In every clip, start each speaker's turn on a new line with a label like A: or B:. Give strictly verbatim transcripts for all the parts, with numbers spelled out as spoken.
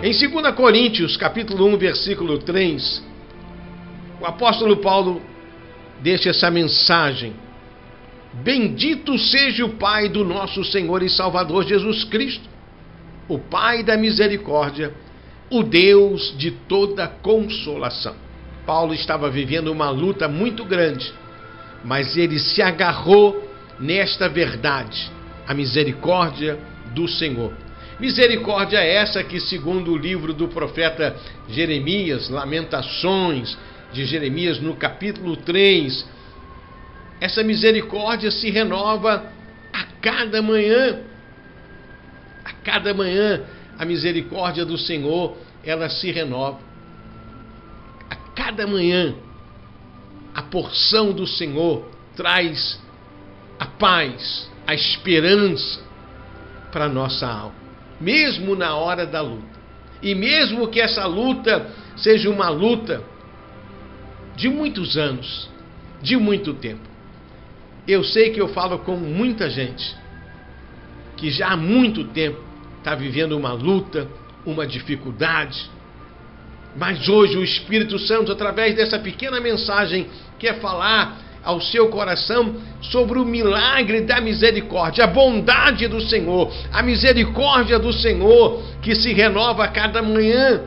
A: Em segunda Coríntios, capítulo um, versículo três, o apóstolo Paulo deixa essa mensagem: bendito seja o Pai do nosso Senhor e Salvador Jesus Cristo, o Pai da misericórdia, o Deus de toda consolação. Paulo estava vivendo uma luta muito grande, mas ele se agarrou nesta verdade, a misericórdia do Senhor. Misericórdia essa que, segundo o livro do profeta Jeremias, Lamentações de Jeremias, no capítulo três, essa misericórdia se renova a cada manhã. A cada manhã, a misericórdia do Senhor, ela se renova. A cada manhã, a porção do Senhor traz a paz, a esperança para a nossa alma, mesmo na hora da luta. E mesmo que essa luta seja uma luta de muitos anos, de muito tempo. Eu sei que eu falo com muita gente que já há muito tempo está vivendo uma luta, uma dificuldade, mas hoje o Espírito Santo, através dessa pequena mensagem, quer falar ao seu coração sobre o milagre da misericórdia, a bondade do Senhor, a misericórdia do Senhor que se renova a cada manhã.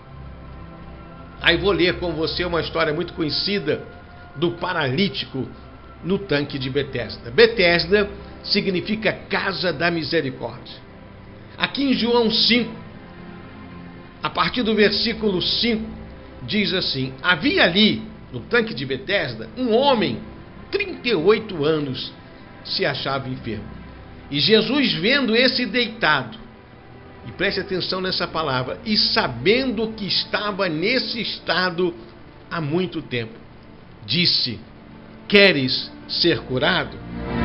A: Aí vou ler com você uma história muito conhecida do paralítico no tanque de Betesda. Betesda significa casa da misericórdia. Aqui em João cinco, a partir do versículo cinco, diz assim: havia ali, no tanque de Betesda, um homem, trinta e oito anos, se achava enfermo. E Jesus, vendo esse deitado, e preste atenção nessa palavra, e sabendo que estava nesse estado há muito tempo, disse: queres ser curado?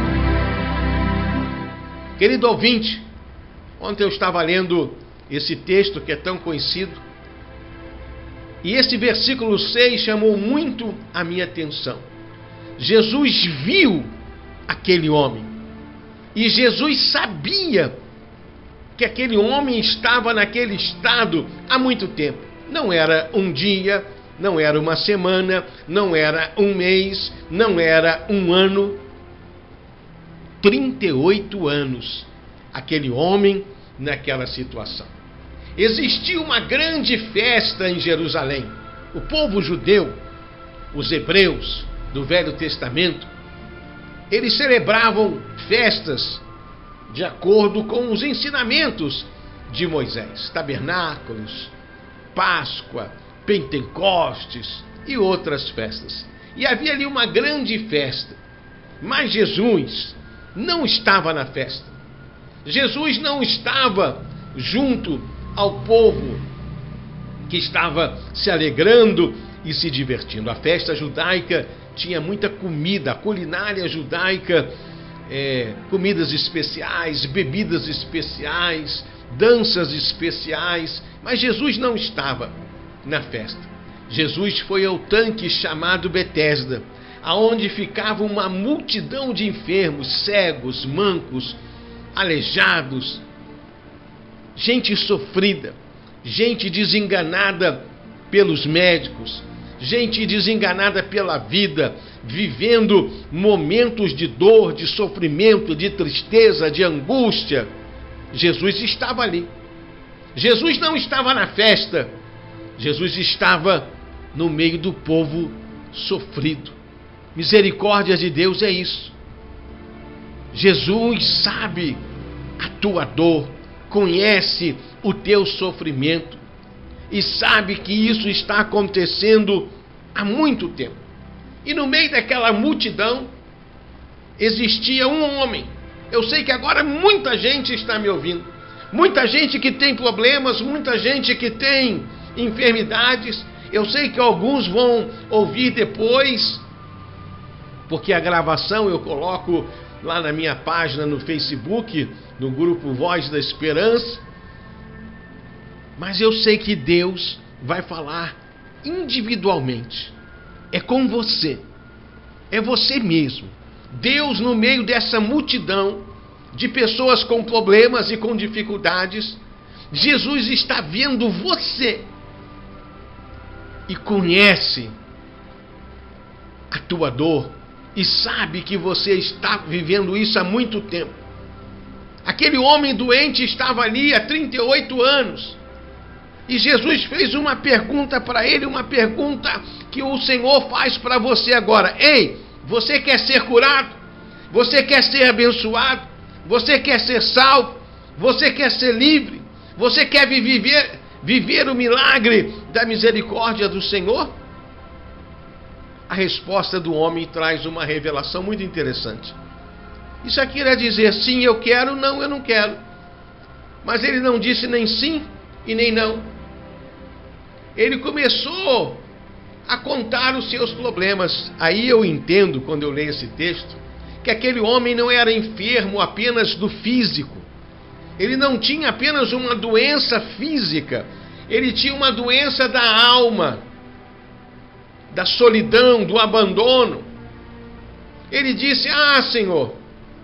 A: Querido ouvinte, ontem eu estava lendo esse texto que é tão conhecido, e esse versículo seis chamou muito a minha atenção. Jesus viu aquele homem, e Jesus sabia que aquele homem estava naquele estado há muito tempo. Não era um dia, não era uma semana, não era um mês, não era um ano. trinta e oito anos, aquele homem naquela situação. Existia uma grande festa em Jerusalém. O povo judeu, os hebreus do Velho Testamento, eles celebravam festas de acordo com os ensinamentos de Moisés. Tabernáculos, Páscoa, Pentecostes e outras festas. E havia ali uma grande festa. Mas Jesus não estava na festa. Jesus não estava junto ao povo que estava se alegrando e se divertindo. A festa judaica tinha muita comida, a culinária judaica, é, comidas especiais, bebidas especiais, danças especiais, mas Jesus não estava na festa. Jesus foi ao tanque chamado Betesda, aonde ficava uma multidão de enfermos, cegos, mancos, aleijados, gente sofrida, gente desenganada pelos médicos, gente desenganada pela vida, vivendo momentos de dor, de sofrimento, de tristeza, de angústia. Jesus estava ali. Jesus não estava na festa. Jesus estava no meio do povo sofrido. Misericórdia de Deus é isso. Jesus sabe a tua dor, conhece o teu sofrimento e sabe que isso está acontecendo há muito tempo. E no meio daquela multidão existia um homem. Eu sei que agora muita gente está me ouvindo, muita gente que tem problemas, muita gente que tem enfermidades. Eu sei que alguns vão ouvir depois, porque a gravação eu coloco lá na minha página no Facebook, no grupo Voz da Esperança. Mas eu sei que Deus vai falar individualmente. É com você. É você mesmo. Deus, no meio dessa multidão de pessoas com problemas e com dificuldades, Jesus está vendo você e conhece a tua dor e sabe que você está vivendo isso há muito tempo. Aquele homem doente estava ali há trinta e oito anos. E Jesus fez uma pergunta para ele, uma pergunta que o Senhor faz para você agora. Ei, você quer ser curado? Você quer ser abençoado? Você quer ser salvo? Você quer ser livre? Você quer viver, viver o milagre da misericórdia do Senhor? A resposta do homem traz uma revelação muito interessante. Isso aqui era dizer sim, eu quero, não, eu não quero. Mas ele não disse nem sim e nem não. Ele começou a contar os seus problemas. Aí eu entendo, quando eu leio esse texto, que aquele homem não era enfermo apenas do físico. Ele não tinha apenas uma doença física. Ele tinha uma doença da alma, da solidão, do abandono. Ele disse, ah, Senhor,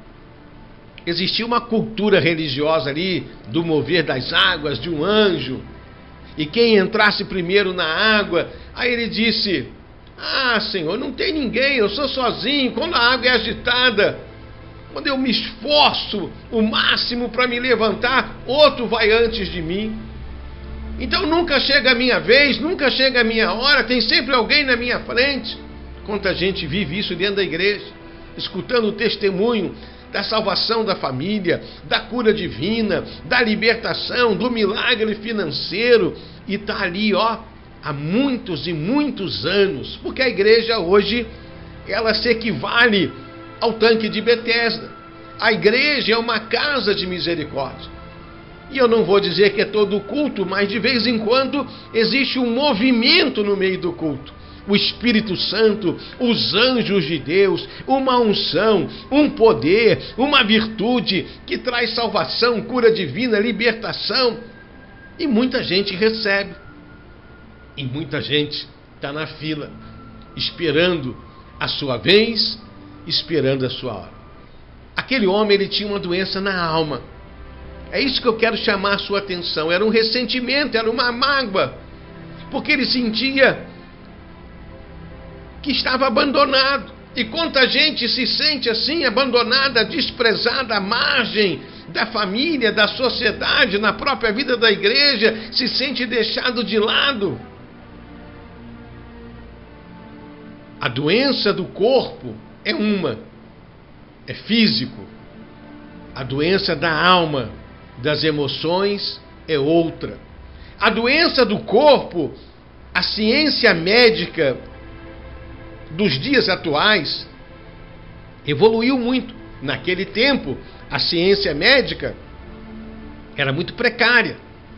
A: existia uma cultura religiosa ali, do mover das águas, de um anjo, e quem entrasse primeiro na água, aí ele disse, ah, Senhor, não tem ninguém, eu sou sozinho, quando a água é agitada, quando eu me esforço o máximo para me levantar, outro vai antes de mim. Então nunca chega a minha vez, nunca chega a minha hora, tem sempre alguém na minha frente. Quanta gente vive isso dentro da igreja, escutando o testemunho da salvação da família, da cura divina, da libertação, do milagre financeiro, e está ali, ó, há muitos e muitos anos, porque a igreja hoje, ela se equivale ao tanque de Betesda. A igreja é uma casa de misericórdia. E eu não vou dizer que é todo culto, mas de vez em quando existe um movimento no meio do culto. O Espírito Santo, os anjos de Deus, uma unção, um poder, uma virtude que traz salvação, cura divina, libertação. E muita gente recebe. E muita gente está na fila, esperando a sua vez, esperando a sua hora. Aquele homem, ele tinha uma doença na alma. É isso que eu quero chamar a sua atenção. Era um ressentimento, era uma mágoa. Porque ele sentia que estava abandonado. E quanta gente se sente assim, abandonada, desprezada, à margem da família, da sociedade, na própria vida da igreja, se sente deixado de lado. A doença do corpo é uma, é físico. A doença da alma, das emoções, é outra. A doença do corpo, a ciência médica dos dias atuais evoluiu muito. Naquele tempo, a ciência médica era muito precária.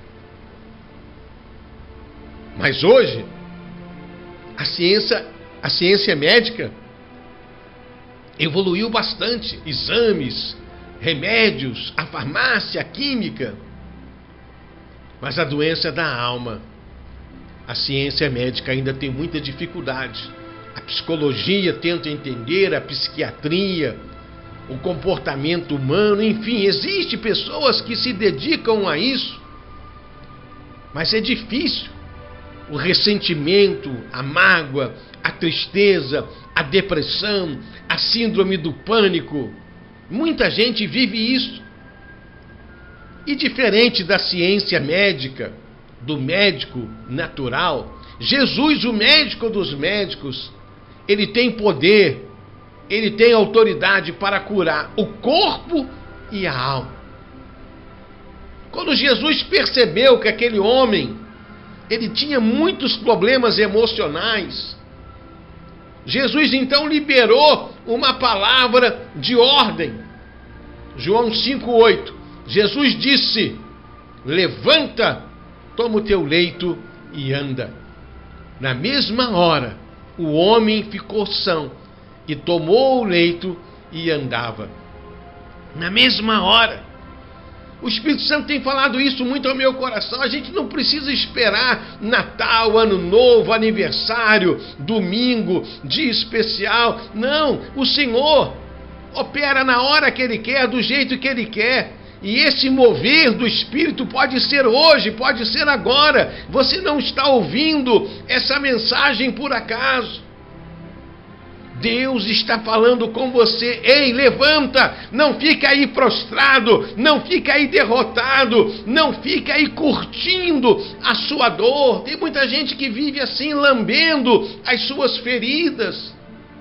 A: Mas hoje, a ciência, a ciência médica evoluiu bastante. Exames, remédios, a farmácia, a química. Mas a doença da alma, a ciência médica ainda tem muita dificuldade. A psicologia tenta entender, a psiquiatria, o comportamento humano, enfim, existem pessoas que se dedicam a isso, mas é difícil. O ressentimento, a mágoa, a tristeza, a depressão, a síndrome do pânico, muita gente vive isso. E diferente da ciência médica, do médico natural, Jesus, o médico dos médicos, ele tem poder, ele tem autoridade para curar o corpo e a alma. Quando Jesus percebeu que aquele homem, ele tinha muitos problemas emocionais, Jesus então liberou uma palavra de ordem. João cinco, oito. Jesus disse, levanta, toma o teu leito e anda. Na mesma hora, o homem ficou são e tomou o leito e andava. Na mesma hora. O Espírito Santo tem falado isso muito ao meu coração. A gente não precisa esperar Natal, Ano Novo, aniversário, domingo, dia especial. Não, o Senhor opera na hora que Ele quer, do jeito que Ele quer. E esse mover do Espírito pode ser hoje, pode ser agora. Você não está ouvindo essa mensagem por acaso. Deus está falando com você. Ei, levanta, não fica aí prostrado, não fica aí derrotado, não fica aí curtindo a sua dor. Tem muita gente que vive assim, lambendo as suas feridas.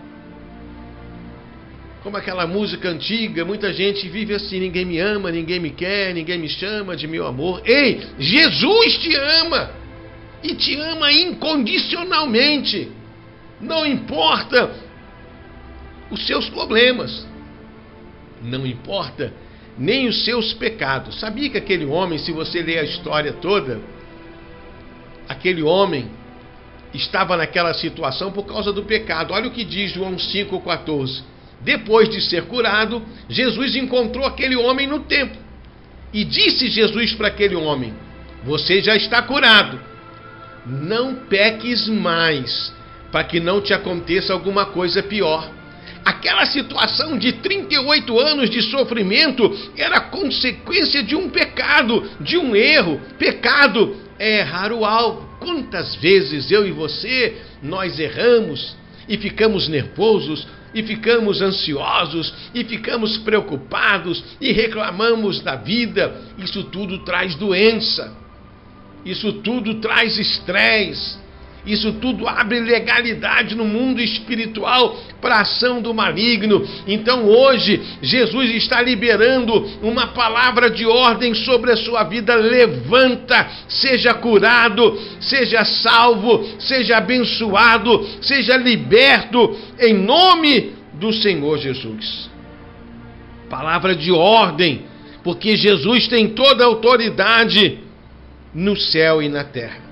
A: Como aquela música antiga, muita gente vive assim: ninguém me ama, ninguém me quer, ninguém me chama de meu amor. Ei, Jesus te ama, e te ama incondicionalmente. Não importa os seus problemas, não importa nem os seus pecados. Sabia que aquele homem, se você ler a história toda, aquele homem estava naquela situação por causa do pecado. Olha o que diz João cinco, quatorze. Depois de ser curado, Jesus encontrou aquele homem no templo. E disse Jesus para aquele homem: você já está curado. Não peques mais, para que não te aconteça alguma coisa pior. Aquela situação de trinta e oito anos de sofrimento era consequência de um pecado, de um erro. Pecado é errar o alvo. Quantas vezes eu e você, nós erramos e ficamos nervosos, e ficamos ansiosos, e ficamos preocupados, e reclamamos da vida. Isso tudo traz doença, isso tudo traz estresse, isso tudo abre legalidade no mundo espiritual para a ação do maligno. Então hoje, Jesus está liberando uma palavra de ordem sobre a sua vida. Levanta, seja curado, seja salvo, seja abençoado, seja liberto, em nome do Senhor Jesus. Palavra de ordem, porque Jesus tem toda a autoridade no céu e na terra.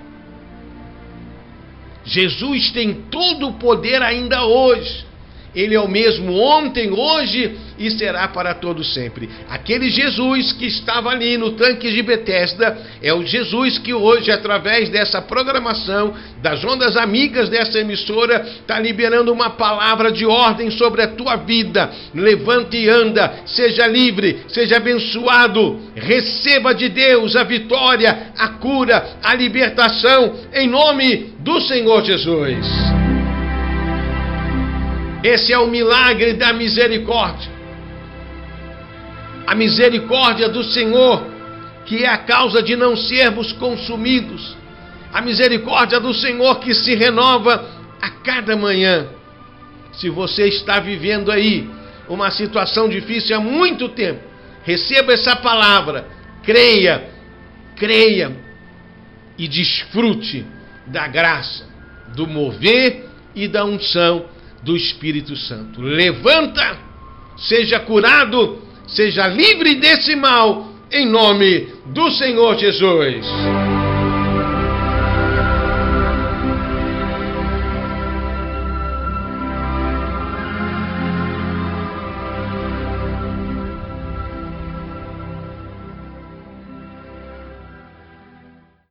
A: Jesus tem todo o poder ainda hoje. Ele é o mesmo ontem, hoje e será para todo sempre. Aquele Jesus que estava ali no tanque de Betesda é o Jesus que hoje, através dessa programação, das ondas amigas dessa emissora, está liberando uma palavra de ordem sobre a tua vida. Levante e anda, seja livre, seja abençoado, receba de Deus a vitória, a cura, a libertação, em nome do Senhor Jesus. Esse é o milagre da misericórdia. A misericórdia do Senhor, que é a causa de não sermos consumidos. A misericórdia do Senhor que se renova a cada manhã. Se você está vivendo aí uma situação difícil há muito tempo, receba essa palavra, creia, creia e desfrute da graça, do mover e da unção do Espírito Santo. Levanta, seja curado, seja livre desse mal, em nome do Senhor Jesus.